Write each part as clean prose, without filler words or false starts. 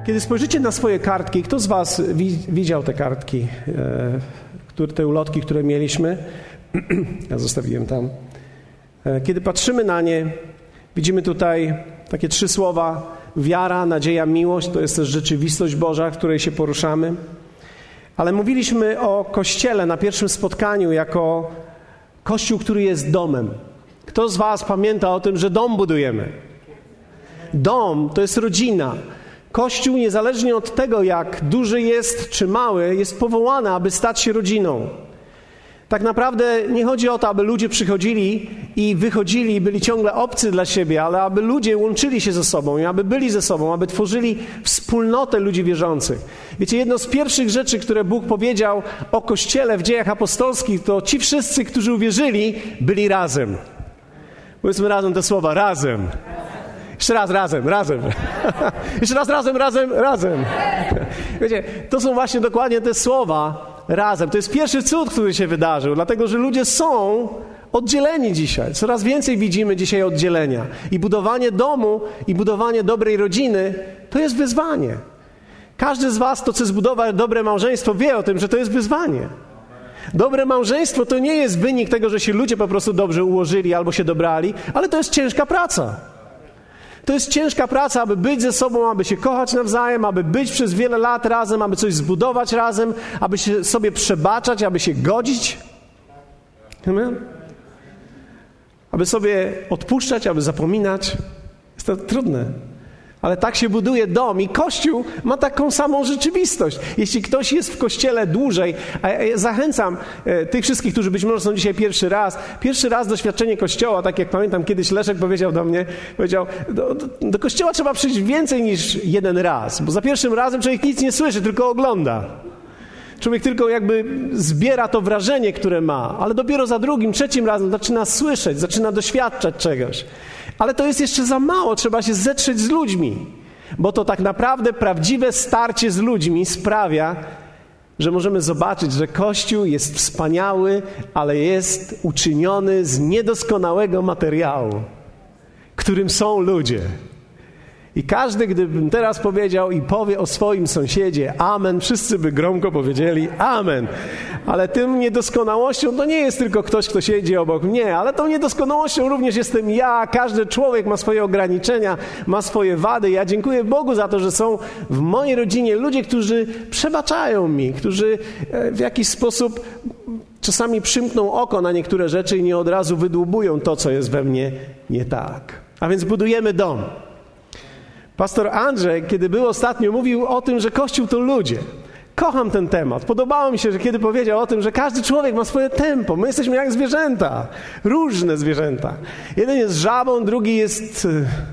Kiedy spojrzycie na swoje kartki, kto z was widział te kartki, te ulotki, które mieliśmy? Ja zostawiłem tam. Kiedy patrzymy na nie, widzimy tutaj takie 3 słowa: wiara, nadzieja, miłość. To jest też rzeczywistość Boża, w której się poruszamy. Ale mówiliśmy o Kościele na pierwszym spotkaniu jako Kościół, który jest domem. Kto z was pamięta o tym, że dom budujemy? Dom to jest rodzina. Kościół, niezależnie od tego, jak duży jest czy mały, jest powołany, aby stać się rodziną. Tak naprawdę nie chodzi o to, aby ludzie przychodzili i wychodzili i byli ciągle obcy dla siebie, ale aby ludzie łączyli się ze sobą i aby byli ze sobą, aby tworzyli wspólnotę ludzi wierzących. Wiecie, jedno z pierwszych rzeczy, które Bóg powiedział o Kościele w Dziejach Apostolskich, to ci wszyscy, którzy uwierzyli, byli razem. Powiedzmy razem te słowa: razem. Jeszcze raz, razem, razem. Jeszcze raz, razem, razem, razem. Wiecie, to są właśnie dokładnie te słowa: razem. To jest pierwszy cud, który się wydarzył, dlatego że ludzie są oddzieleni dzisiaj. Coraz więcej widzimy dzisiaj oddzielenia. I budowanie domu, i budowanie dobrej rodziny to jest wyzwanie. Każdy z was, kto chce zbudować dobre małżeństwo, wie o tym, że to jest wyzwanie. Dobre małżeństwo to nie jest wynik tego, że się ludzie po prostu dobrze ułożyli albo się dobrali, ale to jest ciężka praca. To jest ciężka praca, aby być ze sobą, aby się kochać nawzajem, aby być przez wiele lat razem, aby coś zbudować razem, aby się sobie przebaczać, aby się godzić. Amen? Aby sobie odpuszczać, aby zapominać. Jest to trudne. Ale tak się buduje dom i Kościół ma taką samą rzeczywistość. Jeśli ktoś jest w Kościele dłużej, a ja zachęcam tych wszystkich, którzy być może są dzisiaj pierwszy raz doświadczenie Kościoła, tak jak pamiętam kiedyś Leszek powiedział do mnie, do Kościoła trzeba przyjść więcej niż jeden raz, bo za pierwszym razem człowiek nic nie słyszy, tylko ogląda. Człowiek tylko jakby zbiera to wrażenie, które ma, ale dopiero za drugim, trzecim razem zaczyna słyszeć, zaczyna doświadczać czegoś. Ale to jest jeszcze za mało, trzeba się zetrzeć z ludźmi, bo to tak naprawdę prawdziwe starcie z ludźmi sprawia, że możemy zobaczyć, że Kościół jest wspaniały, ale jest uczyniony z niedoskonałego materiału, którym są ludzie. I każdy, gdybym teraz powiedział i powie o swoim sąsiedzie amen, wszyscy by gromko powiedzieli amen. Ale tym niedoskonałością to nie jest tylko ktoś, kto siedzi obok mnie, ale tą niedoskonałością również jestem ja. Każdy człowiek ma swoje ograniczenia, ma swoje wady. Ja dziękuję Bogu za to, że są w mojej rodzinie ludzie, którzy przebaczają mi, którzy w jakiś sposób czasami przymkną oko na niektóre rzeczy i nie od razu wydłubują to, co jest we mnie nie tak. A więc budujemy dom. Pastor Andrzej, kiedy był ostatnio, mówił o tym, że Kościół to ludzie. Kocham ten temat. Podobało mi się, że kiedy powiedział o tym, że każdy człowiek ma swoje tempo. My jesteśmy jak zwierzęta. Różne zwierzęta. Jeden jest żabą, drugi jest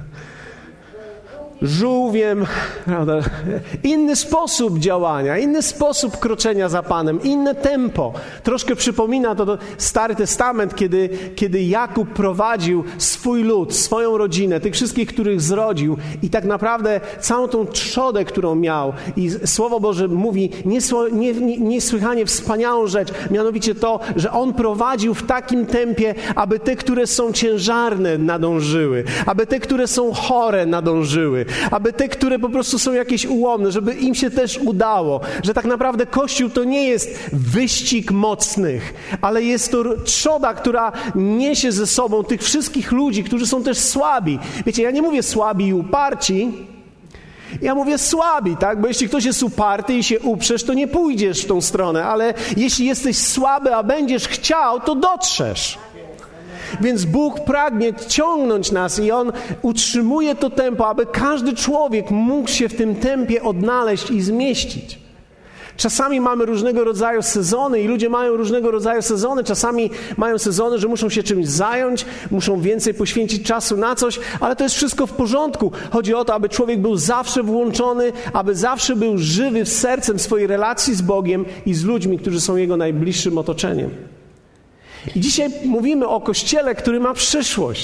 żółwiem, prawda? Inny sposób działania, inny sposób kroczenia za Panem, inne tempo. Troszkę przypomina to Stary Testament, kiedy Jakub prowadził swój lud, swoją rodzinę, tych wszystkich, których zrodził i tak naprawdę całą tą trzodę, którą miał. I Słowo Boże mówi niesłychanie wspaniałą rzecz, mianowicie to, że on prowadził w takim tempie, aby te, które są ciężarne, nadążyły, aby te, które są chore, nadążyły, aby te, które po prostu są jakieś ułomne, żeby im się też udało, że tak naprawdę Kościół to nie jest wyścig mocnych, ale jest to trzoda, która niesie ze sobą tych wszystkich ludzi, którzy są też słabi. Wiecie, ja nie mówię słabi i uparci, ja mówię słabi, tak? Bo jeśli ktoś jest uparty i się uprzesz, to nie pójdziesz w tą stronę, ale jeśli jesteś słaby, a będziesz chciał, to dotrzesz. Więc Bóg pragnie ciągnąć nas i On utrzymuje to tempo, aby każdy człowiek mógł się w tym tempie odnaleźć i zmieścić. Czasami mamy różnego rodzaju sezony i ludzie mają różnego rodzaju sezony. Czasami mają sezony, że muszą się czymś zająć, muszą więcej poświęcić czasu na coś, ale to jest wszystko w porządku. Chodzi o to, aby człowiek był zawsze włączony, aby zawsze był żywy sercem swojej relacji z Bogiem i z ludźmi, którzy są Jego najbliższym otoczeniem. I dzisiaj mówimy o Kościele, który ma przyszłość.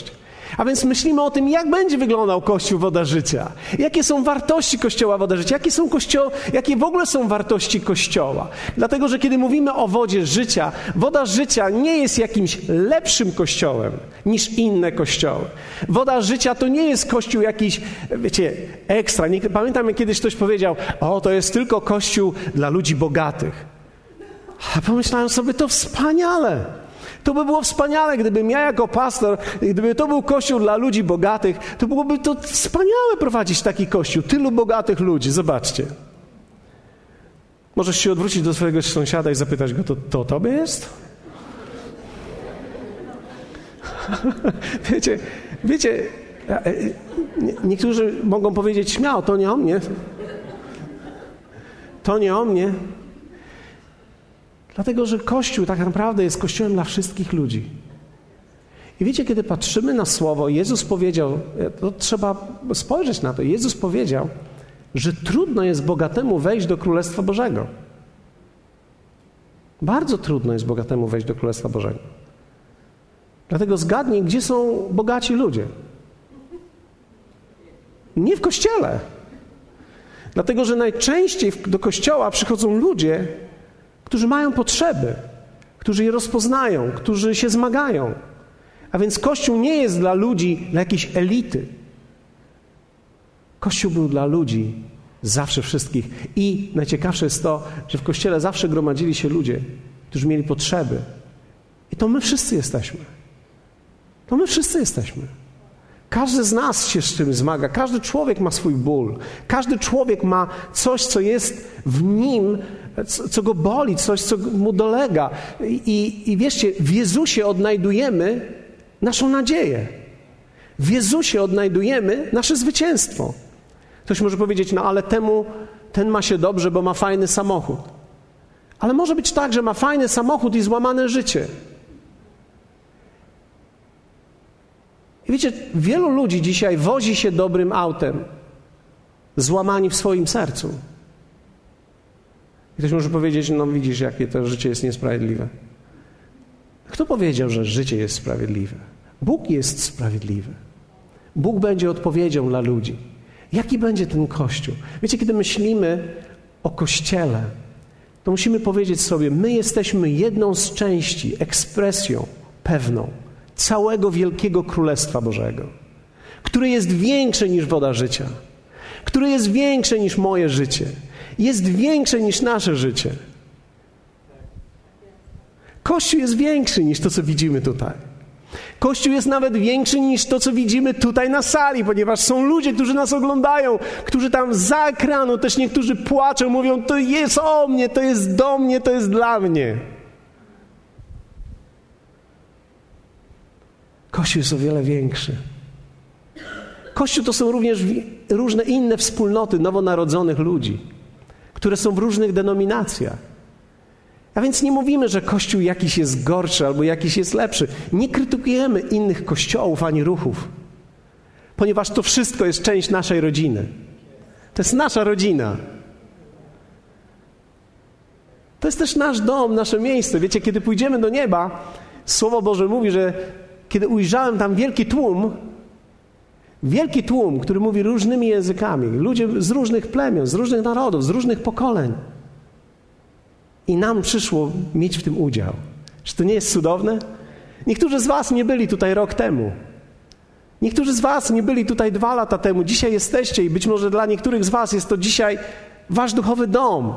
A więc myślimy o tym, jak będzie wyglądał Kościół Woda Życia. Jakie są wartości Kościoła Woda Życia. Jakie w ogóle są wartości Kościoła. Dlatego, że kiedy mówimy o wodzie życia, Woda Życia nie jest jakimś lepszym kościołem niż inne kościoły. Woda Życia to nie jest kościół jakiś, wiecie, ekstra. Pamiętam, jak kiedyś ktoś powiedział, to jest tylko kościół dla ludzi bogatych. A pomyślałem sobie, to wspaniale. To by było wspaniale, gdybym ja jako pastor, gdyby to był kościół dla ludzi bogatych, to byłoby to wspaniale prowadzić taki kościół. Tylu bogatych ludzi, zobaczcie. Możesz się odwrócić do swojego sąsiada i zapytać go, to tobie jest? Wiecie, niektórzy mogą powiedzieć śmiało, to nie o mnie. To nie o mnie. Dlatego, że Kościół tak naprawdę jest Kościołem dla wszystkich ludzi. I wiecie, kiedy patrzymy na Słowo, Jezus powiedział, to trzeba spojrzeć na to, Jezus powiedział, że trudno jest bogatemu wejść do Królestwa Bożego. Bardzo trudno jest bogatemu wejść do Królestwa Bożego. Dlatego zgadnij, gdzie są bogaci ludzie. Nie w Kościele. Dlatego, że najczęściej do Kościoła przychodzą ludzie, którzy mają potrzeby, którzy je rozpoznają, którzy się zmagają. A więc Kościół nie jest dla ludzi, dla jakiejś elity. Kościół był dla ludzi, zawsze wszystkich. I najciekawsze jest to, że w Kościele zawsze gromadzili się ludzie, którzy mieli potrzeby. I to my wszyscy jesteśmy. To my wszyscy jesteśmy. Każdy z nas się z czymś zmaga. Każdy człowiek ma swój ból. Każdy człowiek ma coś, co jest w nim, co go boli, coś, co mu dolega. I wierzcie, w Jezusie odnajdujemy naszą nadzieję. W Jezusie odnajdujemy nasze zwycięstwo. Ktoś może powiedzieć, ale ten ma się dobrze, bo ma fajny samochód. Ale może być tak, że ma fajny samochód i złamane życie. I wiecie, wielu ludzi dzisiaj wozi się dobrym autem, złamani w swoim sercu. I ktoś może powiedzieć, widzisz, jakie to życie jest niesprawiedliwe. Kto powiedział, że życie jest sprawiedliwe? Bóg jest sprawiedliwy. Bóg będzie odpowiedzią dla ludzi. Jaki będzie ten Kościół? Wiecie, kiedy myślimy o Kościele, to musimy powiedzieć sobie, my jesteśmy jedną z części, ekspresją pewną całego wielkiego Królestwa Bożego, które jest większe niż woda życia, które jest większe niż moje życie, jest większe niż nasze życie. Kościół jest większy niż to, co widzimy tutaj. Kościół jest nawet większy niż to, co widzimy tutaj na sali, ponieważ są ludzie, którzy nas oglądają, którzy tam za ekranu też niektórzy płaczą, mówią, to jest o mnie, to jest do mnie, to jest dla mnie. Kościół jest o wiele większy. Kościół to są również różne inne wspólnoty nowonarodzonych ludzi, które są w różnych denominacjach. A więc nie mówimy, że Kościół jakiś jest gorszy albo jakiś jest lepszy. Nie krytykujemy innych kościołów ani ruchów, ponieważ to wszystko jest część naszej rodziny. To jest nasza rodzina. To jest też nasz dom, nasze miejsce. Wiecie, kiedy pójdziemy do nieba, Słowo Boże mówi, że kiedy ujrzałem tam wielki tłum, który mówi różnymi językami, ludzie z różnych plemion, z różnych narodów, z różnych pokoleń. I nam przyszło mieć w tym udział. Czy to nie jest cudowne? Niektórzy z was nie byli tutaj rok temu. Niektórzy z was nie byli tutaj 2 lata temu. Dzisiaj jesteście i być może dla niektórych z was jest to dzisiaj wasz duchowy dom.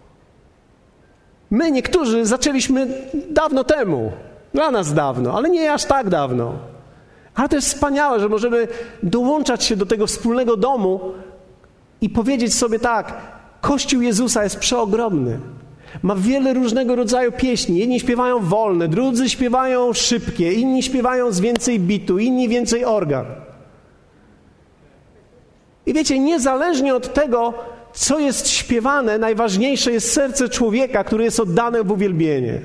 My niektórzy zaczęliśmy dawno temu. Dla nas dawno, ale nie aż tak dawno. Ale to jest wspaniałe, że możemy dołączać się do tego wspólnego domu i powiedzieć sobie tak, Kościół Jezusa jest przeogromny. Ma wiele różnego rodzaju pieśni. Jedni śpiewają wolne, drudzy śpiewają szybkie, inni śpiewają z więcej bitu, inni więcej organ. I wiecie, niezależnie od tego, co jest śpiewane, najważniejsze jest serce człowieka, który jest oddany w uwielbienie.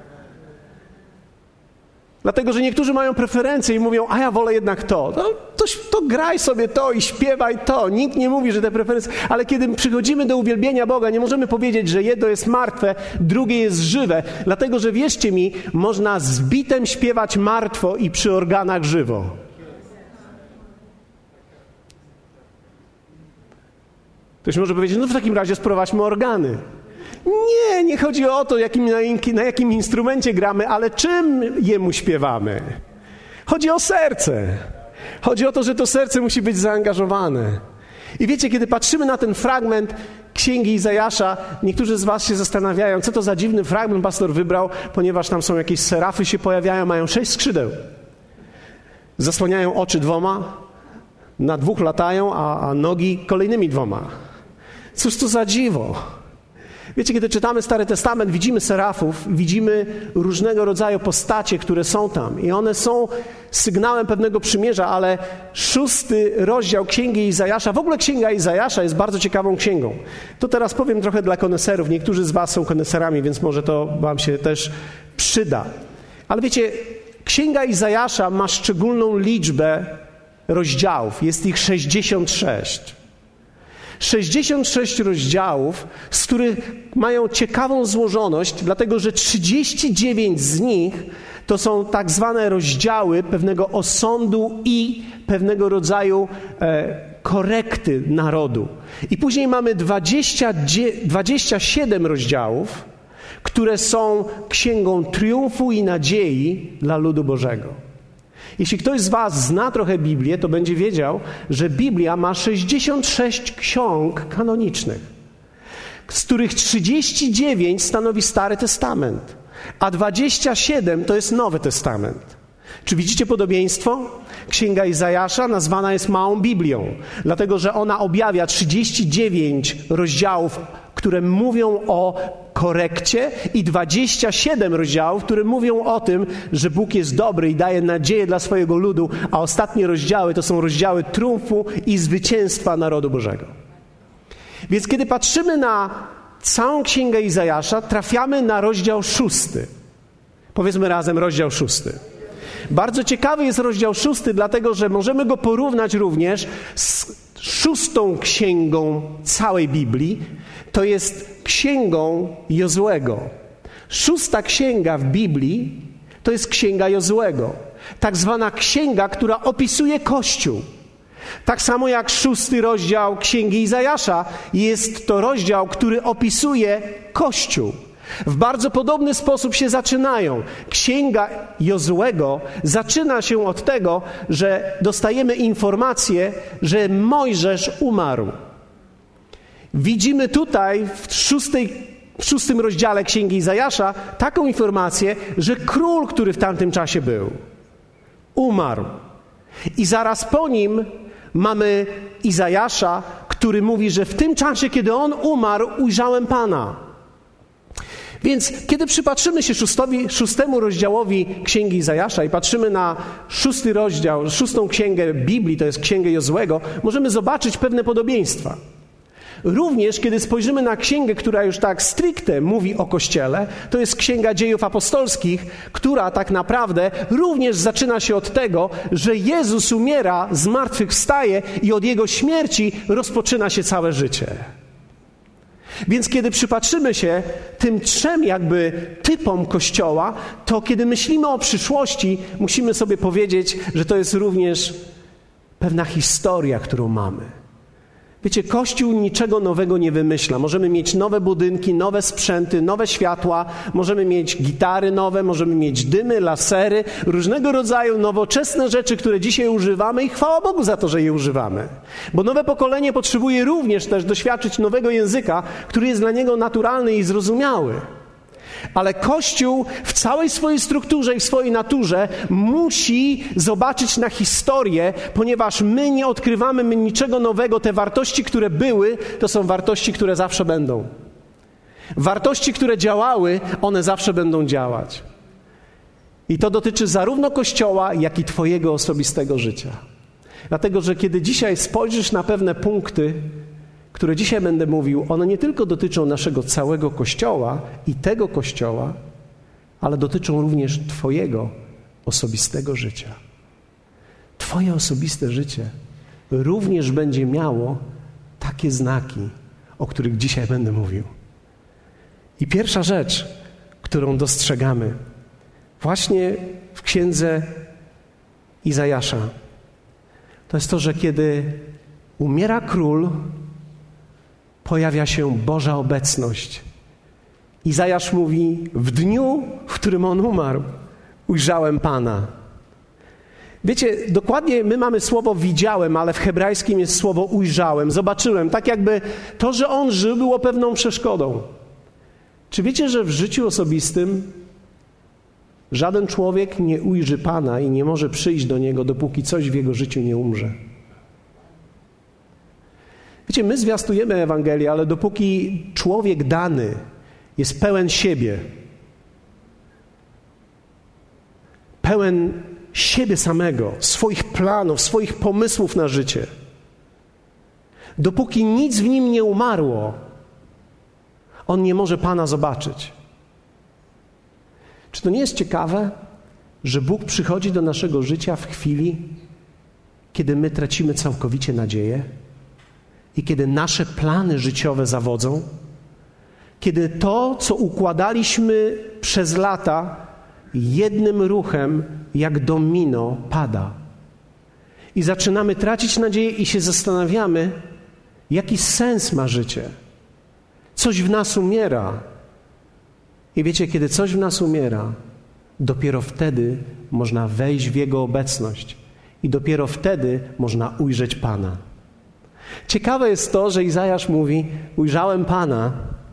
Dlatego, że niektórzy mają preferencje i mówią, a ja wolę jednak to. To graj sobie to i śpiewaj to. Nikt nie mówi, że te preferencje... Ale kiedy przychodzimy do uwielbienia Boga, nie możemy powiedzieć, że jedno jest martwe, drugie jest żywe. Dlatego, że wierzcie mi, można z bitem śpiewać martwo i przy organach żywo. Ktoś może powiedzieć, no w takim razie sprowadźmy organy. Nie chodzi o to, na jakim instrumencie gramy, ale czym Jemu śpiewamy. Chodzi o serce. Chodzi o to, że to serce musi być zaangażowane. I wiecie, kiedy patrzymy na ten fragment Księgi Izajasza, niektórzy z was się zastanawiają, co to za dziwny fragment pastor wybrał, ponieważ tam są jakieś serafy się pojawiają, mają 6 skrzydeł. Zasłaniają oczy 2, na 2 latają, a nogi kolejnymi 2. Cóż to za dziwo? Wiecie, kiedy czytamy Stary Testament, widzimy serafów, widzimy różnego rodzaju postacie, które są tam i one są sygnałem pewnego przymierza, ale 6 rozdział Księgi Izajasza, w ogóle Księga Izajasza jest bardzo ciekawą księgą. To teraz powiem trochę dla koneserów. Niektórzy z was są koneserami, więc może to wam się też przyda. Ale wiecie, Księga Izajasza ma szczególną liczbę rozdziałów. Jest ich 66. 66 rozdziałów, z których mają ciekawą złożoność, dlatego że 39 z nich to są tak zwane rozdziały pewnego osądu i pewnego rodzaju korekty narodu. I później mamy 27 rozdziałów, które są księgą triumfu i nadziei dla ludu Bożego. Jeśli ktoś z was zna trochę Biblię, to będzie wiedział, że Biblia ma 66 ksiąg kanonicznych, z których 39 stanowi Stary Testament, a 27 to jest Nowy Testament. Czy widzicie podobieństwo? Księga Izajasza nazwana jest Małą Biblią, dlatego że ona objawia 39 rozdziałów, które mówią o korekcie i 27 rozdziałów, które mówią o tym, że Bóg jest dobry i daje nadzieję dla swojego ludu, a ostatnie rozdziały to są rozdziały triumfu i zwycięstwa narodu Bożego. Więc kiedy patrzymy na całą Księgę Izajasza, trafiamy na rozdział 6. Powiedzmy razem rozdział 6. Bardzo ciekawy jest rozdział 6, dlatego że możemy go porównać również z 6. księgą całej Biblii. To jest księgą Jozłego. 6. księga w Biblii to jest księga Jozłego. Tak zwana księga, która opisuje Kościół. Tak samo jak 6. rozdział Księgi Izajasza jest to rozdział, który opisuje Kościół. W bardzo podobny sposób się zaczynają. Księga Jozłego zaczyna się od tego, że dostajemy informację, że Mojżesz umarł. Widzimy tutaj w 6. rozdziale Księgi Izajasza taką informację, że król, który w tamtym czasie był, umarł. I zaraz po nim mamy Izajasza, który mówi, że w tym czasie, kiedy on umarł, ujrzałem Pana. Więc kiedy przypatrzymy się 6. rozdziałowi Księgi Izajasza i patrzymy na 6. rozdział, 6. księgę Biblii, to jest Księgę Jozłego, możemy zobaczyć pewne podobieństwa. Również kiedy spojrzymy na księgę, która już tak stricte mówi o Kościele, to jest Księga Dziejów Apostolskich, która tak naprawdę również zaczyna się od tego, że Jezus umiera, zmartwychwstaje i od Jego śmierci rozpoczyna się całe życie. Więc kiedy przypatrzymy się tym 3 jakby typom Kościoła, to kiedy myślimy o przyszłości, musimy sobie powiedzieć, że to jest również pewna historia, którą mamy. Wiecie, Kościół niczego nowego nie wymyśla. Możemy mieć nowe budynki, nowe sprzęty, nowe światła, możemy mieć gitary nowe, możemy mieć dymy, lasery, różnego rodzaju nowoczesne rzeczy, które dzisiaj używamy i chwała Bogu za to, że je używamy. Bo nowe pokolenie potrzebuje również też doświadczyć nowego języka, który jest dla niego naturalny i zrozumiały. Ale Kościół w całej swojej strukturze i w swojej naturze musi zobaczyć na historię, ponieważ my nie odkrywamy niczego nowego. Te wartości, które były, to są wartości, które zawsze będą. Wartości, które działały, one zawsze będą działać. I to dotyczy zarówno Kościoła, jak i twojego osobistego życia. Dlatego, że kiedy dzisiaj spojrzysz na pewne punkty, które dzisiaj będę mówił, one nie tylko dotyczą naszego całego Kościoła i tego Kościoła, ale dotyczą również twojego osobistego życia. Twoje osobiste życie również będzie miało takie znaki, o których dzisiaj będę mówił. I pierwsza rzecz, którą dostrzegamy właśnie w księdze Izajasza, to jest to, że kiedy umiera król, pojawia się Boża obecność. Izajasz mówi, w dniu, w którym on umarł, ujrzałem Pana. Wiecie, dokładnie my mamy słowo widziałem, ale w hebrajskim jest słowo ujrzałem, zobaczyłem. Tak jakby to, że on żył, było pewną przeszkodą. Czy wiecie, że w życiu osobistym żaden człowiek nie ujrzy Pana i nie może przyjść do Niego, dopóki coś w jego życiu nie umrze? Wiecie, my zwiastujemy Ewangelię, ale dopóki człowiek dany jest pełen siebie, pełen siebie samego, swoich planów, swoich pomysłów na życie, dopóki nic w nim nie umarło, on nie może Pana zobaczyć. Czy to nie jest ciekawe, że Bóg przychodzi do naszego życia w chwili, kiedy my tracimy całkowicie nadzieję i kiedy nasze plany życiowe zawodzą? Kiedy to, co układaliśmy przez lata, jednym ruchem, jak domino, pada. I zaczynamy tracić nadzieję i się zastanawiamy, jaki sens ma życie. Coś w nas umiera. I wiecie, kiedy coś w nas umiera, dopiero wtedy można wejść w Jego obecność. I dopiero wtedy można ujrzeć Pana. Ciekawe jest to, że Izajasz mówi, ujrzałem Pana,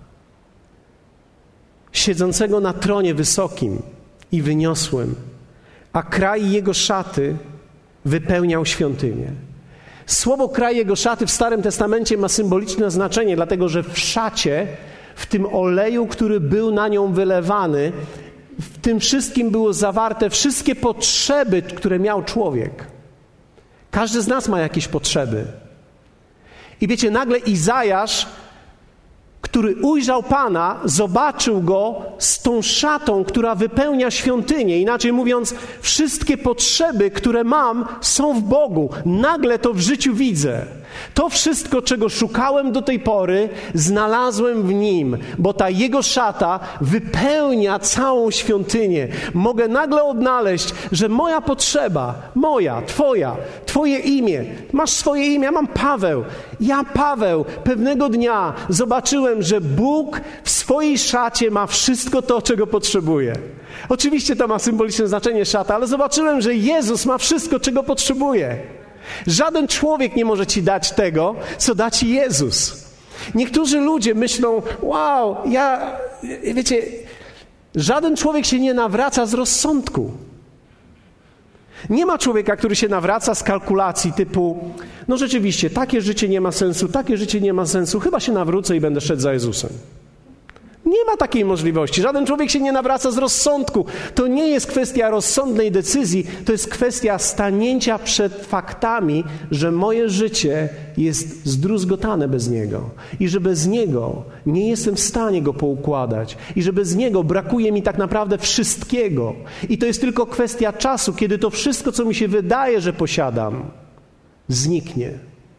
siedzącego na tronie wysokim i wyniosłym, a kraj Jego szaty wypełniał świątynię. Słowo kraj Jego szaty w Starym Testamencie ma symboliczne znaczenie, dlatego że w szacie, w tym oleju, który był na nią wylewany, w tym wszystkim było zawarte wszystkie potrzeby, które miał człowiek. Każdy z nas ma jakieś potrzeby. I wiecie, nagle Izajasz, który ujrzał Pana, zobaczył Go z tą szatą, która wypełnia świątynię. Inaczej mówiąc, wszystkie potrzeby, które mam, są w Bogu. Nagle to w życiu widzę. To wszystko, czego szukałem do tej pory, znalazłem w Nim, bo ta Jego szata wypełnia całą świątynię. Mogę nagle odnaleźć, że moja potrzeba, moja, Twoja, Twoje imię, masz swoje imię, ja mam Paweł. Ja, Paweł, pewnego dnia zobaczyłem, że Bóg w swojej szacie ma wszystko to, czego potrzebuje. Oczywiście to ma symboliczne znaczenie szata, ale zobaczyłem, że Jezus ma wszystko, czego potrzebuje. Żaden człowiek nie może ci dać tego, co da ci Jezus. Niektórzy ludzie myślą, wow, wiecie, żaden człowiek się nie nawraca z rozsądku. Nie ma człowieka, który się nawraca z kalkulacji typu, no rzeczywiście, takie życie nie ma sensu, takie życie nie ma sensu, chyba się nawrócę i będę szedł za Jezusem. Nie ma takiej możliwości. Żaden człowiek się nie nawraca z rozsądku. To nie jest kwestia rozsądnej decyzji, to jest kwestia stanięcia przed faktami, że moje życie jest zdruzgotane bez Niego i że bez Niego nie jestem w stanie Go poukładać i że bez Niego brakuje mi tak naprawdę wszystkiego. I to jest tylko kwestia czasu, kiedy to wszystko, co mi się wydaje, że posiadam, zniknie.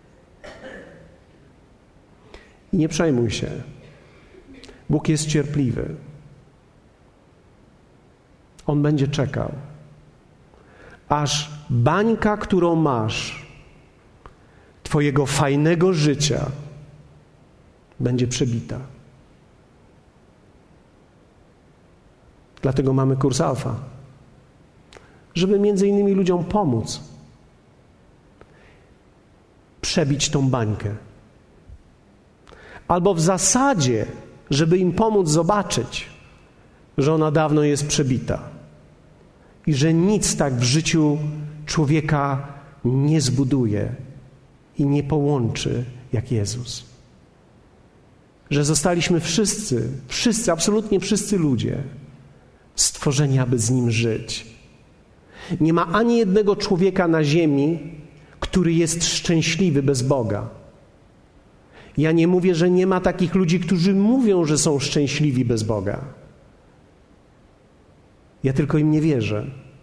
I nie przejmuj się. Bóg jest cierpliwy. On będzie czekał, aż bańka, którą masz, Twojego fajnego życia, będzie przebita. Dlatego mamy kurs Alfa, żeby między innymi ludziom pomóc przebić tą bańkę. Albo w zasadzie, żeby im pomóc zobaczyć, że ona dawno jest przebita i że nic tak w życiu człowieka nie zbuduje i nie połączy jak Jezus. Że zostaliśmy wszyscy, absolutnie wszyscy ludzie stworzeni, aby z Nim żyć. Nie ma ani jednego człowieka na ziemi, który jest szczęśliwy bez Boga. Ja nie mówię, że nie ma takich ludzi, którzy mówią, że są szczęśliwi bez Boga. Ja tylko im nie wierzę.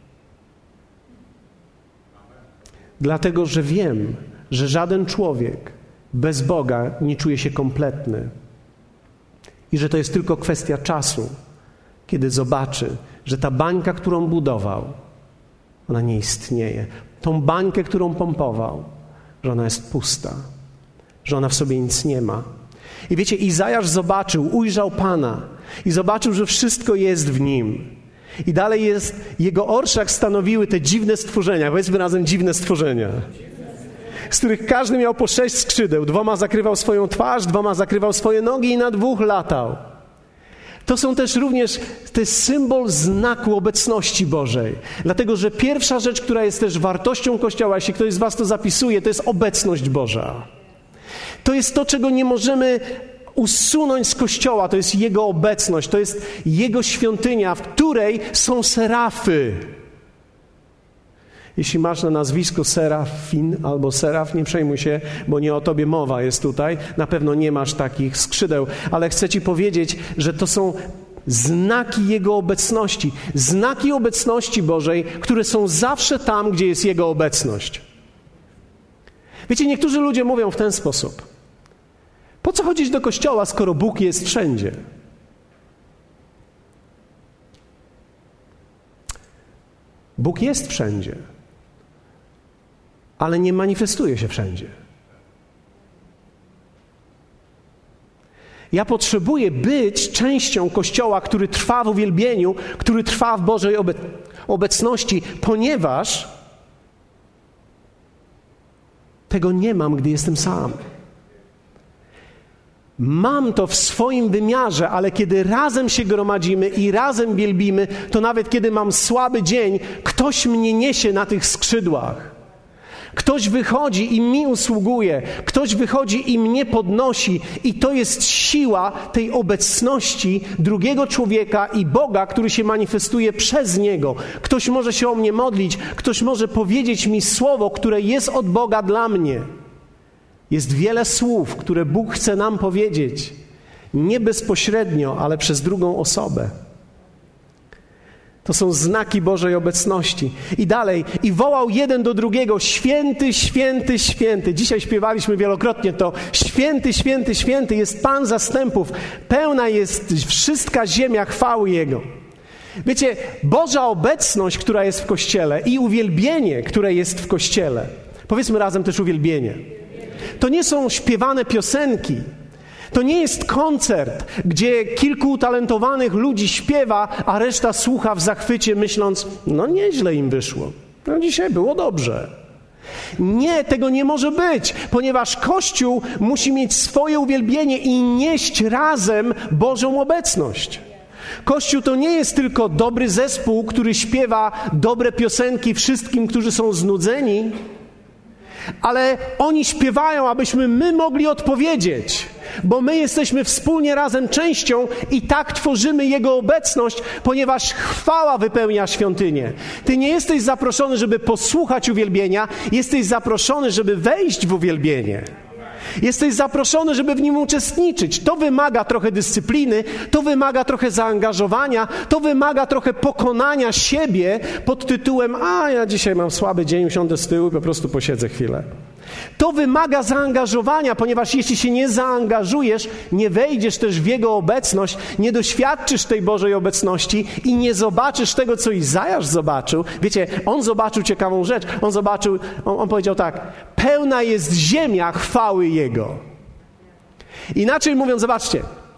Dlatego, że wiem, że żaden człowiek bez Boga nie czuje się kompletny. I że to jest tylko kwestia czasu, kiedy zobaczy, że ta bańka, którą budował, ona nie istnieje. Tą bańkę, którą pompował, że ona jest pusta. Że ona w sobie nic nie ma, I wiecie, Izajasz zobaczył, ujrzał Pana i zobaczył, że wszystko jest w Nim. I dalej jest, jego orszak stanowiły te dziwne stworzenia, powiedzmy razem dziwne stworzenia, z których każdy miał po 6 skrzydeł, 2 zakrywał swoją twarz, 2 zakrywał swoje nogi i na 2 latał. To są też również, to jest symbol znaku obecności Bożej. Dlatego, że pierwsza rzecz, która jest też wartością Kościoła, jeśli ktoś z was to zapisuje, to jest obecność Boża. To jest to, czego nie możemy usunąć z Kościoła, to jest Jego obecność, to jest Jego świątynia, w której są serafy. Jeśli masz na nazwisko Serafin albo Seraf, nie przejmuj się, bo nie o tobie mowa jest tutaj. Na pewno nie masz takich skrzydeł, ale chcę ci powiedzieć, że to są znaki Jego obecności. Znaki obecności Bożej, które są zawsze tam, gdzie jest Jego obecność. Wiecie, niektórzy ludzie mówią w ten sposób. Po co chodzić do kościoła, skoro Bóg jest wszędzie? Bóg jest wszędzie, ale nie manifestuje się wszędzie. Ja potrzebuję być częścią Kościoła, który trwa w uwielbieniu, który trwa w Bożej obecności, ponieważ tego nie mam, gdy jestem sam. Mam to w swoim wymiarze, ale kiedy razem się gromadzimy i razem wielbimy, to nawet kiedy mam słaby dzień, ktoś mnie niesie na tych skrzydłach. Ktoś wychodzi i mi usługuje, ktoś wychodzi i mnie podnosi i to jest siła tej obecności drugiego człowieka i Boga, który się manifestuje przez niego. Ktoś może się o mnie modlić, ktoś może powiedzieć mi słowo, które jest od Boga dla mnie. Jest wiele słów, które Bóg chce nam powiedzieć, nie bezpośrednio, ale przez drugą osobę. To są znaki Bożej obecności. I dalej, i wołał jeden do drugiego, święty, święty, święty. Dzisiaj śpiewaliśmy wielokrotnie to, święty, święty, święty jest Pan zastępów. Pełna jest wszystka ziemia chwały Jego. Wiecie, Boża obecność, która jest w Kościele i uwielbienie, które jest w Kościele. Powiedzmy razem też uwielbienie. To nie są śpiewane piosenki. To nie jest koncert, gdzie kilku utalentowanych ludzi śpiewa, a reszta słucha w zachwycie, myśląc, no nieźle im wyszło. No dzisiaj było dobrze. Nie, tego nie może być, ponieważ Kościół musi mieć swoje uwielbienie i nieść razem Bożą obecność. Kościół to nie jest tylko dobry zespół, który śpiewa dobre piosenki wszystkim, którzy są znudzeni, ale oni śpiewają, abyśmy my mogli odpowiedzieć, bo my jesteśmy wspólnie razem częścią i tak tworzymy Jego obecność, ponieważ chwała wypełnia świątynię. Ty nie jesteś zaproszony, żeby posłuchać uwielbienia, jesteś zaproszony, żeby wejść w uwielbienie. Jesteś zaproszony, żeby w nim uczestniczyć. To wymaga trochę dyscypliny, to wymaga trochę zaangażowania, to wymaga trochę pokonania siebie pod tytułem ja dzisiaj mam słaby dzień, usiądę z tyłu i po prostu posiedzę chwilę. To wymaga zaangażowania, ponieważ jeśli się nie zaangażujesz, nie wejdziesz też w Jego obecność, nie doświadczysz tej Bożej obecności i nie zobaczysz tego, co Izajasz zobaczył. Wiecie, on zobaczył ciekawą rzecz. On powiedział tak, pełna jest ziemia chwały Jego. Inaczej mówiąc, zobaczcie,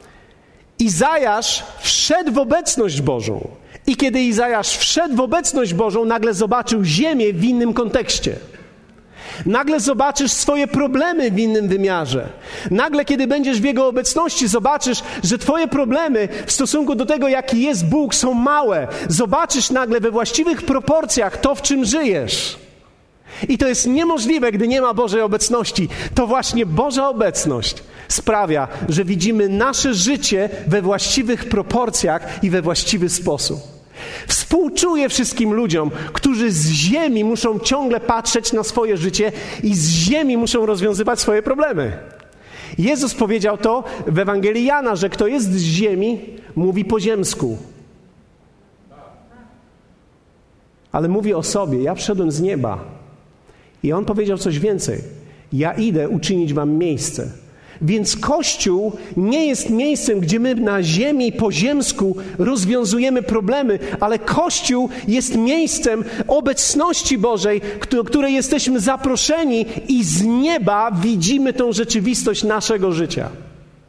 Izajasz wszedł w obecność Bożą i kiedy Izajasz wszedł w obecność Bożą, nagle zobaczył ziemię w innym kontekście. Nagle zobaczysz swoje problemy w innym wymiarze. Nagle, kiedy będziesz w Jego obecności, zobaczysz, że twoje problemy w stosunku do tego, jaki jest Bóg, są małe. Zobaczysz nagle we właściwych proporcjach to, w czym żyjesz. I to jest niemożliwe, gdy nie ma Bożej obecności. To właśnie Boża obecność sprawia, że widzimy nasze życie we właściwych proporcjach i we właściwy sposób. Współczuję wszystkim ludziom, którzy z ziemi muszą ciągle patrzeć na swoje życie i z ziemi muszą rozwiązywać swoje problemy. Jezus powiedział to w Ewangelii Jana, że kto jest z ziemi, mówi po ziemsku. Ale mówi o sobie, ja przyszedłem z nieba. I On powiedział coś więcej. Ja idę uczynić wam miejsce. Więc Kościół nie jest miejscem, gdzie my na ziemi po ziemsku rozwiązujemy problemy, ale Kościół jest miejscem obecności Bożej, której jesteśmy zaproszeni i z nieba widzimy tą rzeczywistość naszego życia.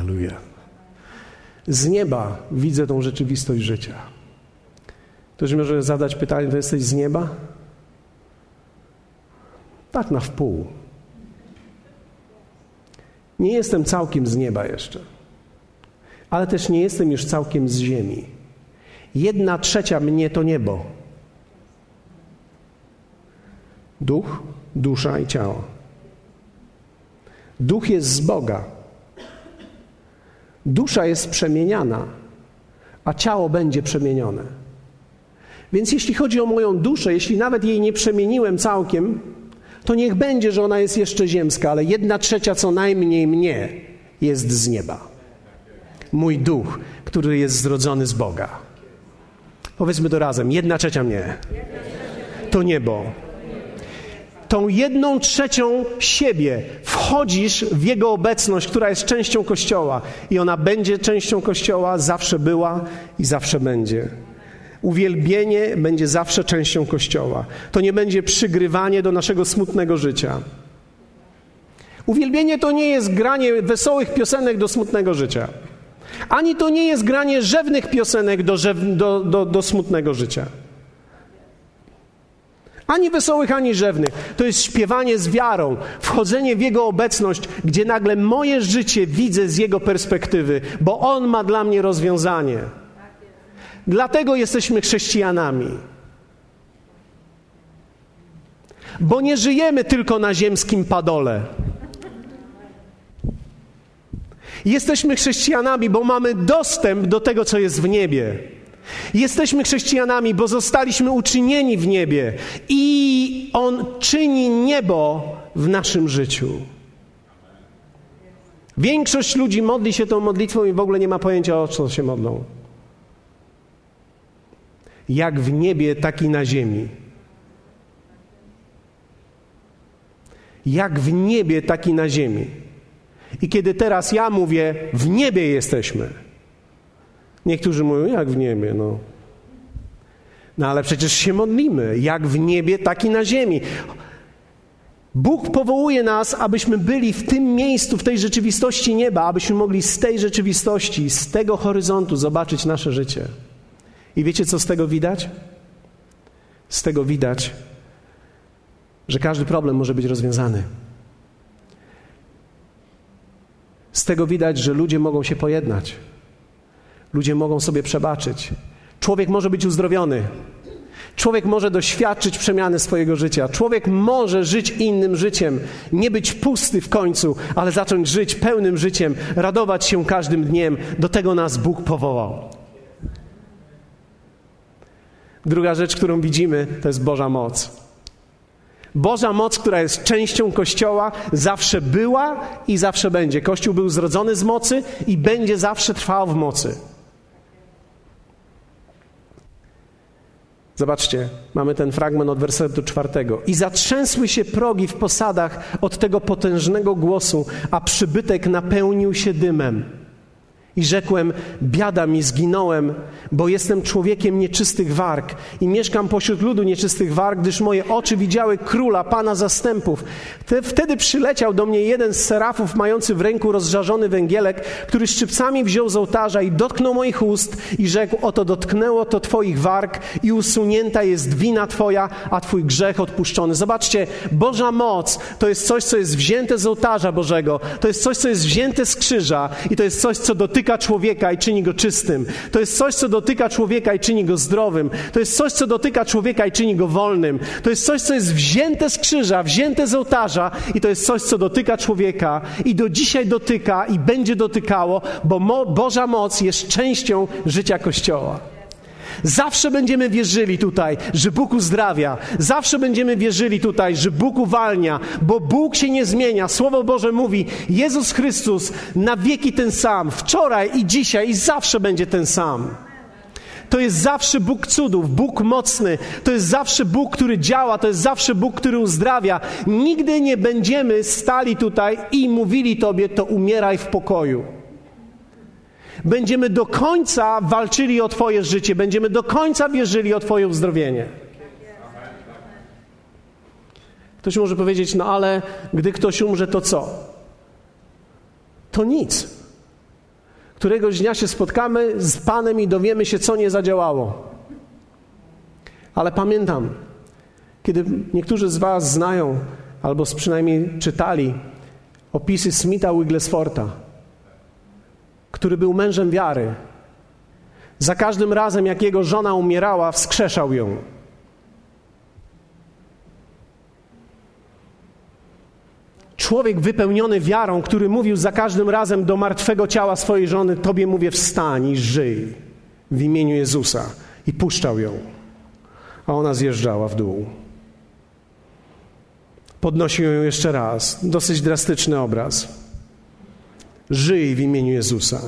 Halleluja. Z nieba widzę tą rzeczywistość życia. Ktoś może zadać pytanie, to jesteś z nieba? Tak na wpół. Nie jestem całkiem z nieba jeszcze, ale też nie jestem już całkiem z ziemi. 1/3 mnie to niebo. Duch, dusza i ciało. Duch jest z Boga. Dusza jest przemieniana, a ciało będzie przemienione. Więc jeśli chodzi o moją duszę, jeśli nawet jej nie przemieniłem całkiem, to niech będzie, że ona jest jeszcze ziemska, ale 1/3 co najmniej mnie jest z nieba. Mój duch, który jest zrodzony z Boga. Powiedzmy to razem. 1/3 mnie to niebo. Tą 1/3 siebie wchodzisz w Jego obecność, która jest częścią Kościoła. I ona będzie częścią Kościoła, zawsze była i zawsze będzie. Uwielbienie będzie zawsze częścią Kościoła. To nie będzie przygrywanie do naszego smutnego życia. Uwielbienie to nie jest granie wesołych piosenek do smutnego życia. Ani to nie jest granie rzewnych piosenek do smutnego życia. Ani wesołych, ani rzewnych. To jest śpiewanie z wiarą, wchodzenie w Jego obecność, gdzie nagle moje życie widzę z Jego perspektywy, bo On ma dla mnie rozwiązanie. Dlatego jesteśmy chrześcijanami. Bo nie żyjemy tylko na ziemskim padole. Jesteśmy chrześcijanami, bo mamy dostęp do tego, co jest w niebie. Jesteśmy chrześcijanami, bo zostaliśmy uczynieni w niebie i On czyni niebo w naszym życiu. Większość ludzi modli się tą modlitwą i w ogóle nie ma pojęcia, o co się modlą. Jak w niebie, tak i na ziemi. Jak w niebie, tak i na ziemi. I kiedy teraz ja mówię, w niebie jesteśmy. Niektórzy mówią, jak w niebie, No ale przecież się modlimy. Jak w niebie, tak i na ziemi. Bóg powołuje nas, abyśmy byli w tym miejscu, w tej rzeczywistości nieba, abyśmy mogli z tej rzeczywistości, z tego horyzontu zobaczyć nasze życie. I wiecie, co z tego widać? Z tego widać, że każdy problem może być rozwiązany. Z tego widać, że ludzie mogą się pojednać. Ludzie mogą sobie przebaczyć. Człowiek może być uzdrowiony. Człowiek może doświadczyć przemiany swojego życia. Człowiek może żyć innym życiem. Nie być pusty w końcu, ale zacząć żyć pełnym życiem. Radować się każdym dniem. Do tego nas Bóg powołał. Druga rzecz, którą widzimy, to jest Boża moc. Boża moc, która jest częścią Kościoła, zawsze była i zawsze będzie. Kościół był zrodzony z mocy i będzie zawsze trwał w mocy. Zobaczcie, mamy ten fragment od wersetu 4. I zatrzęsły się progi w posadach od tego potężnego głosu, a przybytek napełnił się dymem. I rzekłem, biada mi, zginąłem, bo jestem człowiekiem nieczystych warg i mieszkam pośród ludu nieczystych warg, gdyż moje oczy widziały Króla, Pana zastępów. Wtedy przyleciał do mnie jeden z serafów, mający w ręku rozżarzony węgielek, który szczypcami wziął z ołtarza i dotknął moich ust i rzekł, oto dotknęło to Twoich warg i usunięta jest wina Twoja, a Twój grzech odpuszczony. Zobaczcie, Boża moc to jest coś, co jest wzięte z ołtarza Bożego, to jest coś, co jest wzięte z krzyża i to jest coś, co dotyka człowieka i czyni go czystym. To jest coś, co dotyka człowieka i czyni go zdrowym. To jest coś, co dotyka człowieka i czyni go wolnym. To jest coś, co jest wzięte z krzyża, wzięte z ołtarza i to jest coś, co dotyka człowieka i do dzisiaj dotyka i będzie dotykało, bo Boża moc jest częścią życia Kościoła. Zawsze będziemy wierzyli tutaj, że Bóg uzdrawia. Zawsze będziemy wierzyli tutaj, że Bóg uwalnia, bo Bóg się nie zmienia. Słowo Boże mówi, Jezus Chrystus na wieki ten sam, wczoraj i dzisiaj i zawsze będzie ten sam. To jest zawsze Bóg cudów, Bóg mocny. To jest zawsze Bóg, który działa. To jest zawsze Bóg, który uzdrawia. Nigdy nie będziemy stali tutaj i mówili Tobie, to umieraj w pokoju. Będziemy do końca walczyli o Twoje życie. Będziemy do końca wierzyli o Twoje uzdrowienie. Ktoś może powiedzieć, no ale gdy ktoś umrze, to co? To nic. Któregoś dnia się spotkamy z Panem i dowiemy się, co nie zadziałało. Ale pamiętam, kiedy niektórzy z was znają, albo przynajmniej czytali opisy Smitha Wigglesworta, który był mężem wiary. Za każdym razem, jak jego żona umierała, wskrzeszał ją. Człowiek wypełniony wiarą, który mówił za każdym razem do martwego ciała swojej żony: Tobie mówię, wstań i żyj w imieniu Jezusa. I puszczał ją. A ona zjeżdżała w dół. Podnosił ją jeszcze raz. Dosyć drastyczny obraz. Żyj w imieniu Jezusa.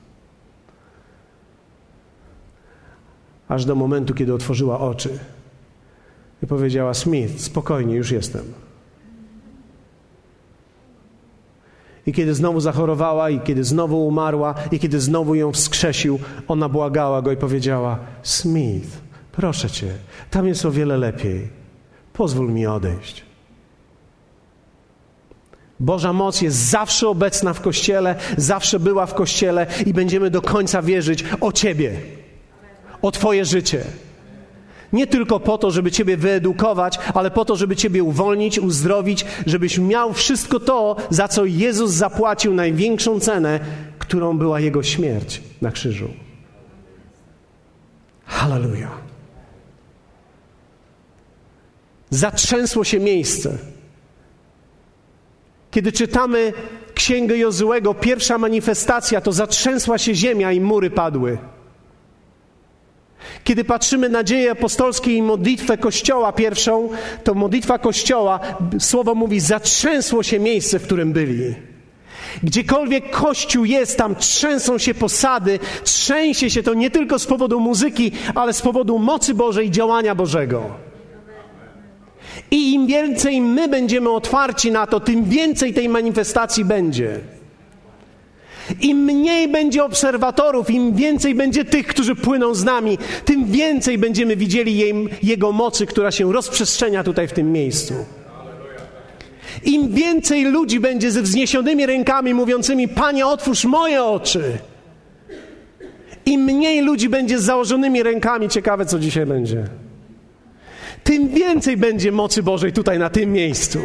Aż do momentu, kiedy otworzyła oczy i powiedziała: Smith, spokojnie, już jestem. I kiedy znowu zachorowała, i kiedy znowu umarła, i kiedy znowu ją wskrzesił, ona błagała go i powiedziała: Smith, proszę Cię, tam jest o wiele lepiej. Pozwól mi odejść. Boża moc jest zawsze obecna w Kościele, zawsze była w Kościele i będziemy do końca wierzyć o Ciebie, o Twoje życie. Nie tylko po to, żeby Ciebie wyedukować, ale po to, żeby Ciebie uwolnić, uzdrowić, żebyś miał wszystko to, za co Jezus zapłacił największą cenę, którą była Jego śmierć na krzyżu. Halleluja. Zatrzęsło się miejsce. Kiedy czytamy Księgę Jozuego, pierwsza manifestacja, to zatrzęsła się ziemia i mury padły. Kiedy patrzymy na dzieje apostolskie i modlitwę Kościoła pierwszą, to modlitwa Kościoła, słowo mówi, zatrzęsło się miejsce, w którym byli. Gdziekolwiek Kościół jest, tam trzęsą się posady, trzęsie się to nie tylko z powodu muzyki, ale z powodu mocy Bożej i działania Bożego. I im więcej my będziemy otwarci na to, tym więcej tej manifestacji będzie. Im mniej będzie obserwatorów, im więcej będzie tych, którzy płyną z nami, tym więcej będziemy widzieli Jego mocy, która się rozprzestrzenia tutaj w tym miejscu. Im więcej ludzi będzie ze wzniesionymi rękami mówiącymi: Panie, otwórz moje oczy. Im mniej ludzi będzie z założonymi rękami, ciekawe co dzisiaj będzie, tym więcej będzie mocy Bożej tutaj na tym miejscu.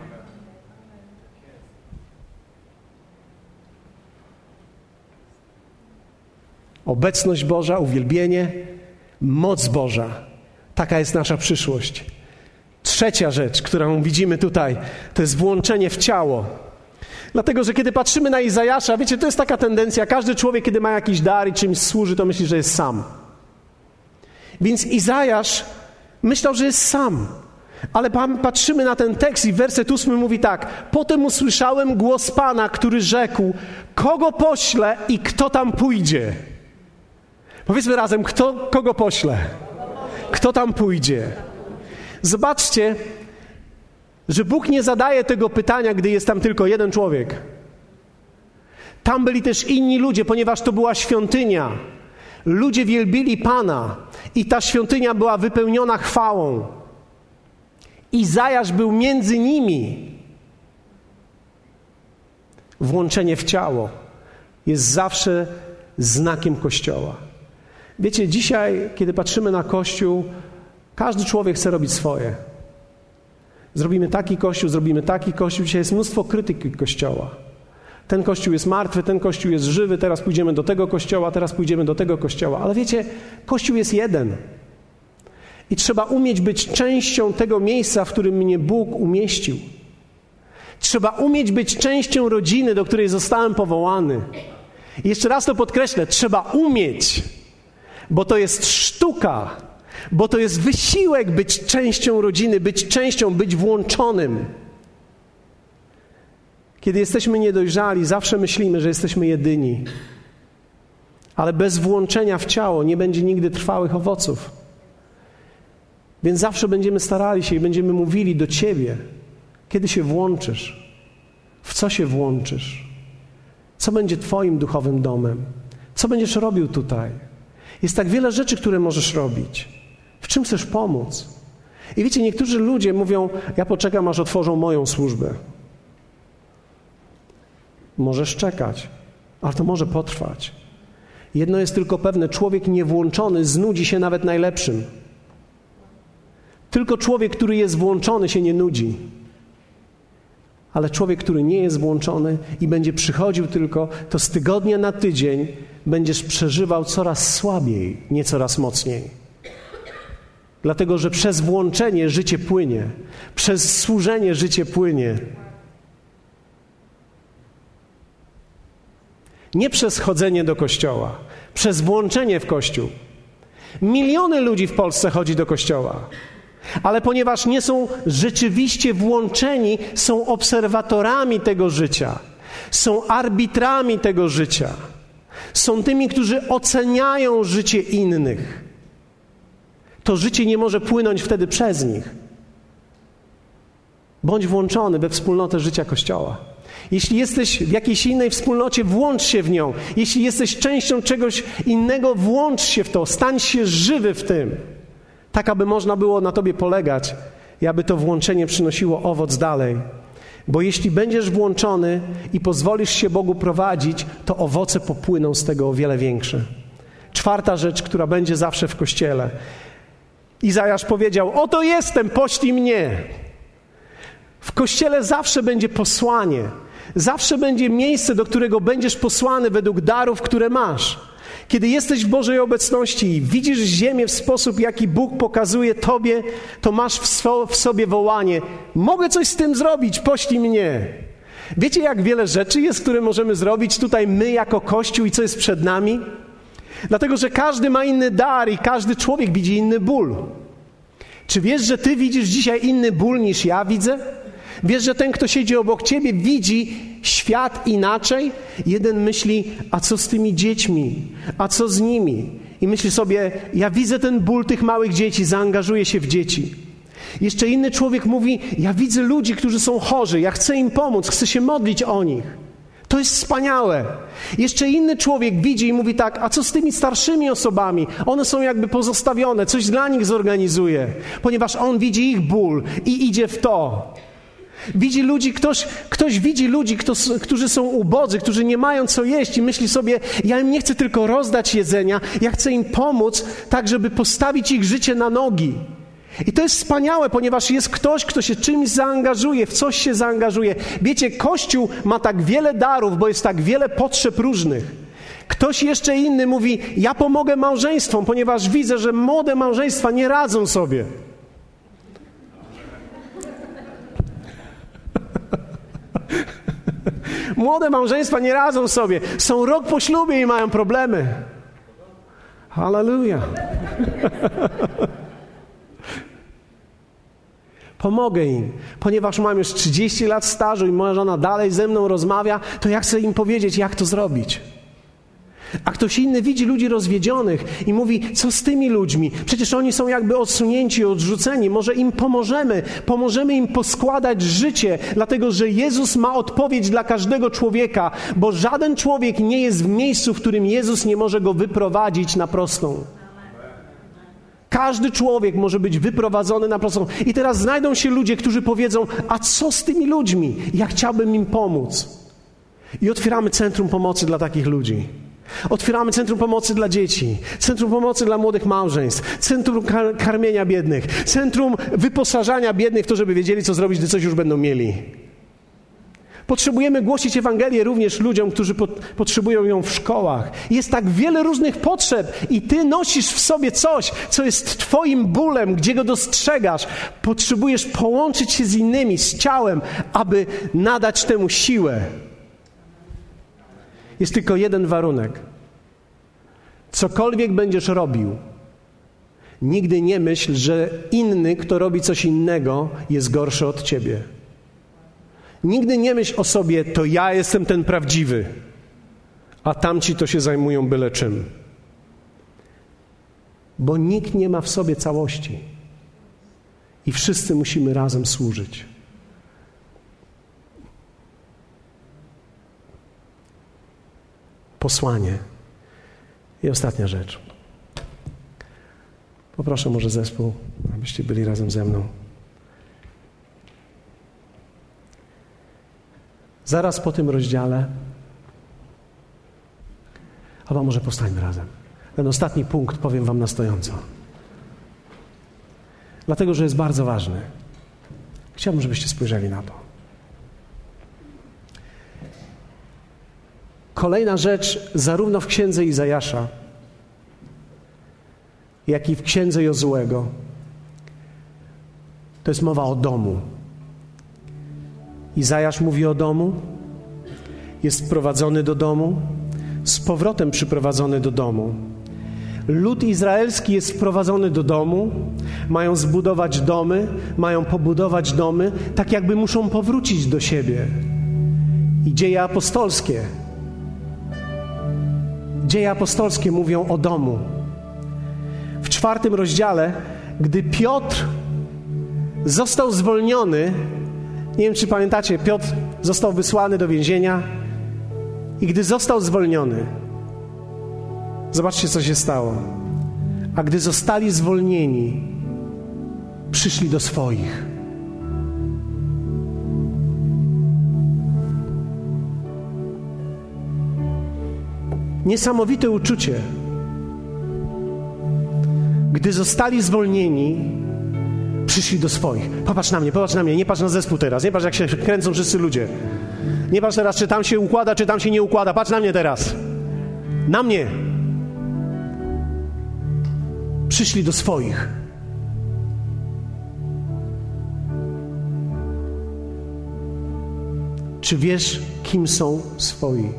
Obecność Boża, uwielbienie, moc Boża. Taka jest nasza przyszłość. Trzecia rzecz, którą widzimy tutaj, to jest włączenie w ciało. Dlatego, że kiedy patrzymy na Izajasza, wiecie, to jest taka tendencja, każdy człowiek, kiedy ma jakiś dar i czymś służy, to myśli, że jest sam. Więc Izajasz myślał, że jest sam. Ale patrzymy na ten tekst i werset 8 mówi tak: Potem usłyszałem głos Pana, który rzekł: kogo poślę i kto tam pójdzie? Powiedzmy razem, kogo poślę? Kto tam pójdzie? Zobaczcie, że Bóg nie zadaje tego pytania, gdy jest tam tylko jeden człowiek. Tam byli też inni ludzie, ponieważ to była świątynia. Ludzie wielbili Pana i ta świątynia była wypełniona chwałą. Izajasz był między nimi. Włączenie w ciało jest zawsze znakiem Kościoła. Wiecie, dzisiaj, kiedy patrzymy na Kościół, każdy człowiek chce robić swoje. Zrobimy taki Kościół, zrobimy taki Kościół. Dzisiaj jest mnóstwo krytyki Kościoła. Ten Kościół jest martwy, ten Kościół jest żywy, teraz pójdziemy do tego Kościoła, teraz pójdziemy do tego Kościoła. Ale wiecie, Kościół jest jeden. I trzeba umieć być częścią tego miejsca, w którym mnie Bóg umieścił. Trzeba umieć być częścią rodziny, do której zostałem powołany. I jeszcze raz to podkreślę, trzeba umieć, bo to jest sztuka, bo to jest wysiłek być częścią rodziny, być częścią, być włączonym. Kiedy jesteśmy niedojrzali, zawsze myślimy, że jesteśmy jedyni. Ale bez włączenia w ciało nie będzie nigdy trwałych owoców. Więc zawsze będziemy starali się i będziemy mówili do Ciebie, kiedy się włączysz, w co się włączysz, co będzie Twoim duchowym domem, co będziesz robił tutaj. Jest tak wiele rzeczy, które możesz robić. W czym chcesz pomóc? I wiecie, niektórzy ludzie mówią: ja poczekam, aż otworzą moją służbę. Możesz czekać, ale to może potrwać. Jedno jest tylko pewne, człowiek niewłączony znudzi się nawet najlepszym. Tylko człowiek, który jest włączony, się nie nudzi. Ale człowiek, który nie jest włączony i będzie przychodził tylko, to z tygodnia na tydzień będziesz przeżywał coraz słabiej, nie coraz mocniej. Dlatego, że przez włączenie życie płynie. Przez służenie życie płynie. Nie przez chodzenie do kościoła, przez włączenie w kościół. Miliony ludzi w Polsce chodzi do kościoła, ale ponieważ nie są rzeczywiście włączeni, są obserwatorami tego życia, są arbitrami tego życia, są tymi, którzy oceniają życie innych. To życie nie może płynąć wtedy przez nich. Bądź włączony we wspólnotę życia Kościoła. Jeśli jesteś w jakiejś innej wspólnocie, włącz się w nią. Jeśli jesteś częścią czegoś innego, włącz się w to. Stań się żywy w tym. Tak, aby można było na tobie polegać i aby to włączenie przynosiło owoc dalej. Bo jeśli będziesz włączony i pozwolisz się Bogu prowadzić, to owoce popłyną z tego o wiele większe. Czwarta rzecz, która będzie zawsze w Kościele. Izajasz powiedział: oto jestem, poślij mnie. W Kościele zawsze będzie posłanie. Zawsze będzie miejsce, do którego będziesz posłany według darów, które masz. Kiedy jesteś w Bożej obecności i widzisz ziemię w sposób, jaki Bóg pokazuje tobie, to masz w sobie wołanie: mogę coś z tym zrobić, poślij mnie. Wiecie, jak wiele rzeczy jest, które możemy zrobić tutaj my jako Kościół i co jest przed nami? Dlatego, że każdy ma inny dar i każdy człowiek widzi inny ból. Czy wiesz, że ty widzisz dzisiaj inny ból niż ja widzę? Wiesz, że ten, kto siedzi obok ciebie, widzi świat inaczej? Jeden myśli: a co z tymi dziećmi? A co z nimi? I myśli sobie: ja widzę ten ból tych małych dzieci, zaangażuję się w dzieci. Jeszcze inny człowiek mówi: ja widzę ludzi, którzy są chorzy, ja chcę im pomóc, chcę się modlić o nich. To jest wspaniałe. Jeszcze inny człowiek widzi i mówi tak: a co z tymi starszymi osobami? One są jakby pozostawione, coś dla nich zorganizuje. Ponieważ on widzi ich ból i idzie w to. Widzi ludzi, ktoś widzi ludzi, którzy są ubodzy, którzy nie mają co jeść i myśli sobie: ja im nie chcę tylko rozdać jedzenia, ja chcę im pomóc tak, żeby postawić ich życie na nogi. I to jest wspaniałe, ponieważ jest ktoś, kto się czymś zaangażuje, w coś się zaangażuje. Wiecie, Kościół ma tak wiele darów, bo jest tak wiele potrzeb różnych. Ktoś jeszcze inny mówi: ja pomogę małżeństwom, ponieważ widzę, że młode małżeństwa nie radzą sobie. Młode małżeństwa nie radzą sobie. Są rok po ślubie i mają problemy. Halleluja. Pomogę im, ponieważ mam już 30 lat stażu i moja żona dalej ze mną rozmawia, to ja chcę im powiedzieć, jak to zrobić. A ktoś inny widzi ludzi rozwiedzionych i mówi: co z tymi ludźmi? Przecież oni są jakby odsunięci, odrzuceni. Może im pomożemy im poskładać życie, dlatego że Jezus ma odpowiedź dla każdego człowieka, bo żaden człowiek nie jest w miejscu, w którym Jezus nie może go wyprowadzić na prostą. Każdy człowiek może być wyprowadzony na prostą. I teraz znajdą się ludzie, którzy powiedzą: a co z tymi ludźmi? Ja chciałbym im pomóc. I otwieramy centrum pomocy dla takich ludzi. Otwieramy centrum pomocy dla dzieci, centrum pomocy dla młodych małżeństw, centrum karmienia biednych, centrum wyposażania biednych w to, żeby wiedzieli, co zrobić, gdy coś już będą mieli. Potrzebujemy głosić Ewangelię również ludziom, którzy potrzebują ją w szkołach. Jest tak wiele różnych potrzeb i ty nosisz w sobie coś, co jest twoim bólem, gdzie go dostrzegasz. Potrzebujesz połączyć się z innymi, z ciałem, aby nadać temu siłę. Jest tylko jeden warunek. Cokolwiek będziesz robił, nigdy nie myśl, że inny, kto robi coś innego, jest gorszy od ciebie. Nigdy nie myśl o sobie: to ja jestem ten prawdziwy, a tamci to się zajmują byle czym. Bo nikt nie ma w sobie całości i wszyscy musimy razem służyć. Posłanie. I ostatnia rzecz. Poproszę może zespół, abyście byli razem ze mną. Zaraz po tym rozdziale Chyba może powstańmy razem. Ten ostatni punkt powiem wam na stojąco. Dlatego, że jest bardzo ważny. Chciałbym, żebyście spojrzeli na to. Kolejna rzecz, zarówno w księdze Izajasza, jak i w księdze Jozuego, to jest mowa o domu. Izajasz mówi o domu, jest wprowadzony do domu, z powrotem przyprowadzony do domu. Lud izraelski jest wprowadzony do domu, mają zbudować domy, mają pobudować domy, tak jakby muszą powrócić do siebie. I dzieje apostolskie mówią o domu. W 4 rozdziale, gdy Piotr został zwolniony, nie wiem, czy pamiętacie, Piotr został wysłany do więzienia i gdy został zwolniony, zobaczcie, co się stało. A gdy zostali zwolnieni, przyszli do swoich. Niesamowite uczucie. Gdy zostali zwolnieni, przyszli do swoich. Popatrz na mnie, nie patrz na zespół teraz, nie patrz, jak się kręcą wszyscy ludzie. Nie patrz teraz, czy tam się układa, czy tam się nie układa. Patrz na mnie teraz. Na mnie. Przyszli do swoich. Czy wiesz, kim są swoi?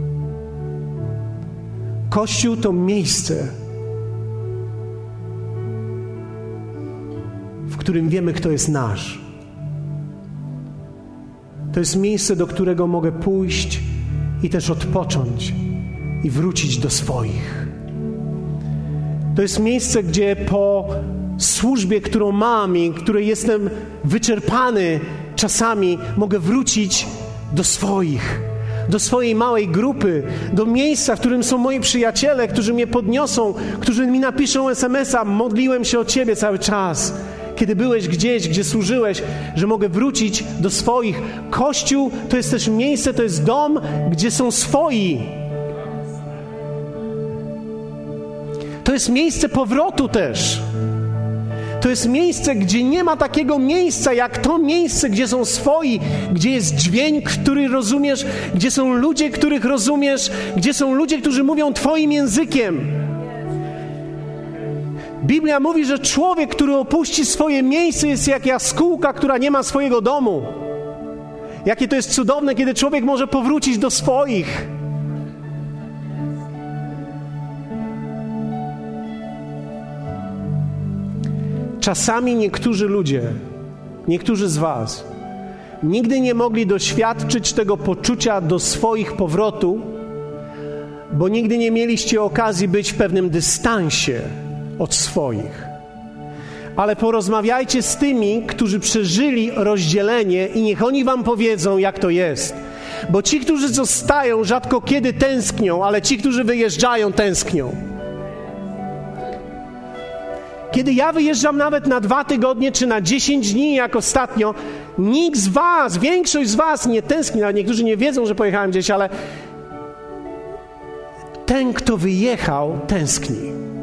Kościół to miejsce, w którym wiemy, kto jest nasz. To jest miejsce, do którego mogę pójść i też odpocząć i wrócić do swoich. To jest miejsce, gdzie po służbie, którą mam i której jestem wyczerpany czasami, mogę wrócić do swoich, do swojej małej grupy, do miejsca, w którym są moi przyjaciele, którzy mnie podniosą, którzy mi napiszą SMS-a: modliłem się o Ciebie cały czas, kiedy byłeś gdzieś, gdzie służyłeś, że mogę wrócić do swoich. Kościół to jest też miejsce, to jest dom, gdzie są swoi. To jest miejsce powrotu też. To jest miejsce, gdzie nie ma takiego miejsca jak to miejsce, gdzie są swoi, gdzie jest dźwięk, który rozumiesz, gdzie są ludzie, których rozumiesz, gdzie są ludzie, którzy mówią Twoim językiem. Biblia mówi, że człowiek, który opuści swoje miejsce, jest jak jaskółka, która nie ma swojego domu. Jakie to jest cudowne, kiedy człowiek może powrócić do swoich. Czasami niektórzy ludzie, niektórzy z was nigdy nie mogli doświadczyć tego poczucia do swoich powrotu, bo nigdy nie mieliście okazji być w pewnym dystansie od swoich. Ale porozmawiajcie z tymi, którzy przeżyli rozdzielenie i niech oni wam powiedzą, jak to jest. Bo ci, którzy zostają, rzadko kiedy tęsknią, ale ci, którzy wyjeżdżają, tęsknią. Kiedy ja wyjeżdżam nawet na 2 tygodnie czy na 10 dni jak ostatnio, nikt z was, większość z was nie tęskni, ale niektórzy nie wiedzą, że pojechałem gdzieś, ale ten, kto wyjechał, tęskni.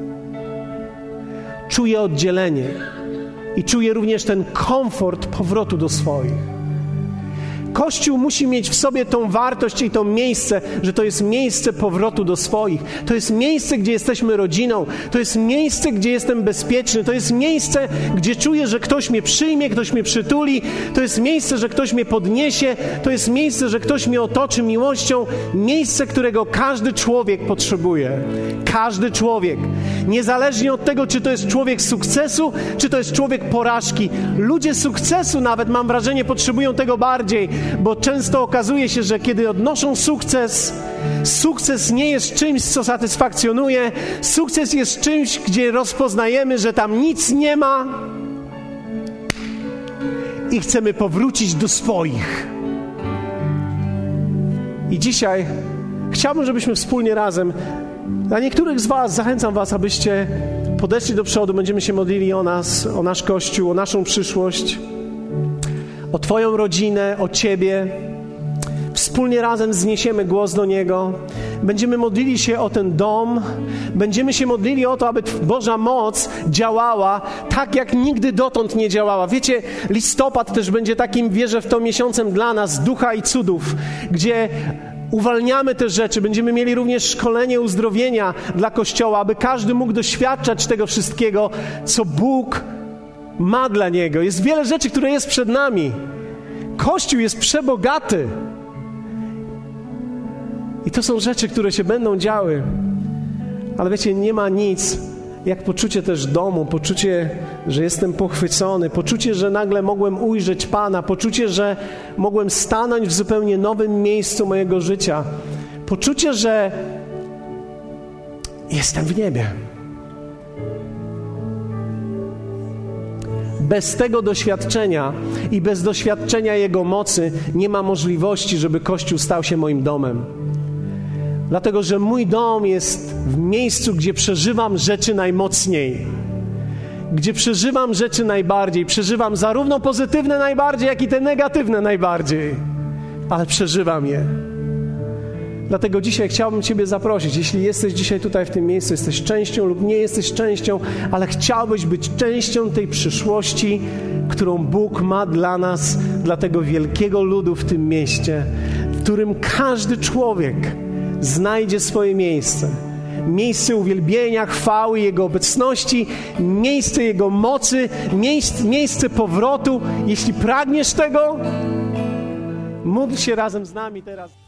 Czuje oddzielenie i czuje również ten komfort powrotu do swoich. Kościół musi mieć w sobie tą wartość i to miejsce, że to jest miejsce powrotu do swoich. To jest miejsce, gdzie jesteśmy rodziną. To jest miejsce, gdzie jestem bezpieczny. To jest miejsce, gdzie czuję, że ktoś mnie przyjmie, ktoś mnie przytuli. To jest miejsce, że ktoś mnie podniesie. To jest miejsce, że ktoś mnie otoczy miłością. Miejsce, którego każdy człowiek potrzebuje. Każdy człowiek. Niezależnie od tego, czy to jest człowiek sukcesu, czy to jest człowiek porażki. Ludzie sukcesu nawet, mam wrażenie, potrzebują tego bardziej, bo często okazuje się, że kiedy odnoszą sukces, sukces nie jest czymś, co satysfakcjonuje. Sukces jest czymś, gdzie rozpoznajemy, że tam nic nie ma i chcemy powrócić do swoich. I dzisiaj chciałbym, żebyśmy wspólnie razem, dla niektórych z was zachęcam was, abyście podeszli do przodu, będziemy się modlili o nas, o nasz Kościół, o naszą przyszłość, o Twoją rodzinę, o Ciebie. Wspólnie razem wzniesiemy głos do Niego. będziemy modlili się o ten dom, będziemy się modlili o to, aby Boża moc działała tak, jak nigdy dotąd nie działała. Wiecie, listopad też będzie takim, wierzę w to, miesiącem dla nas, ducha i cudów, gdzie uwalniamy te rzeczy. Będziemy mieli również szkolenie uzdrowienia dla Kościoła, aby każdy mógł doświadczać tego wszystkiego, co Bóg ma dla niego. Jest wiele rzeczy, które jest przed nami. Kościół jest przebogaty. I to są rzeczy, które się będą działy. Ale wiecie, nie ma nic jak poczucie też domu, poczucie, że jestem pochwycony, poczucie, że nagle mogłem ujrzeć Pana, poczucie, że mogłem stanąć w zupełnie nowym miejscu mojego życia, poczucie, że jestem w niebie. Bez tego doświadczenia i bez doświadczenia Jego mocy nie ma możliwości, żeby Kościół stał się moim domem. Dlatego, że mój dom jest w miejscu, gdzie przeżywam rzeczy najmocniej. Gdzie przeżywam rzeczy najbardziej. Przeżywam zarówno pozytywne najbardziej, jak i te negatywne najbardziej. Ale przeżywam je. Dlatego dzisiaj chciałbym Ciebie zaprosić. Jeśli jesteś dzisiaj tutaj w tym miejscu, jesteś częścią lub nie jesteś częścią, ale chciałbyś być częścią tej przyszłości, którą Bóg ma dla nas, dla tego wielkiego ludu w tym mieście, w którym każdy człowiek znajdzie swoje miejsce. Miejsce uwielbienia, chwały Jego obecności, miejsce Jego mocy, miejsce powrotu. Jeśli pragniesz tego, módl się razem z nami teraz.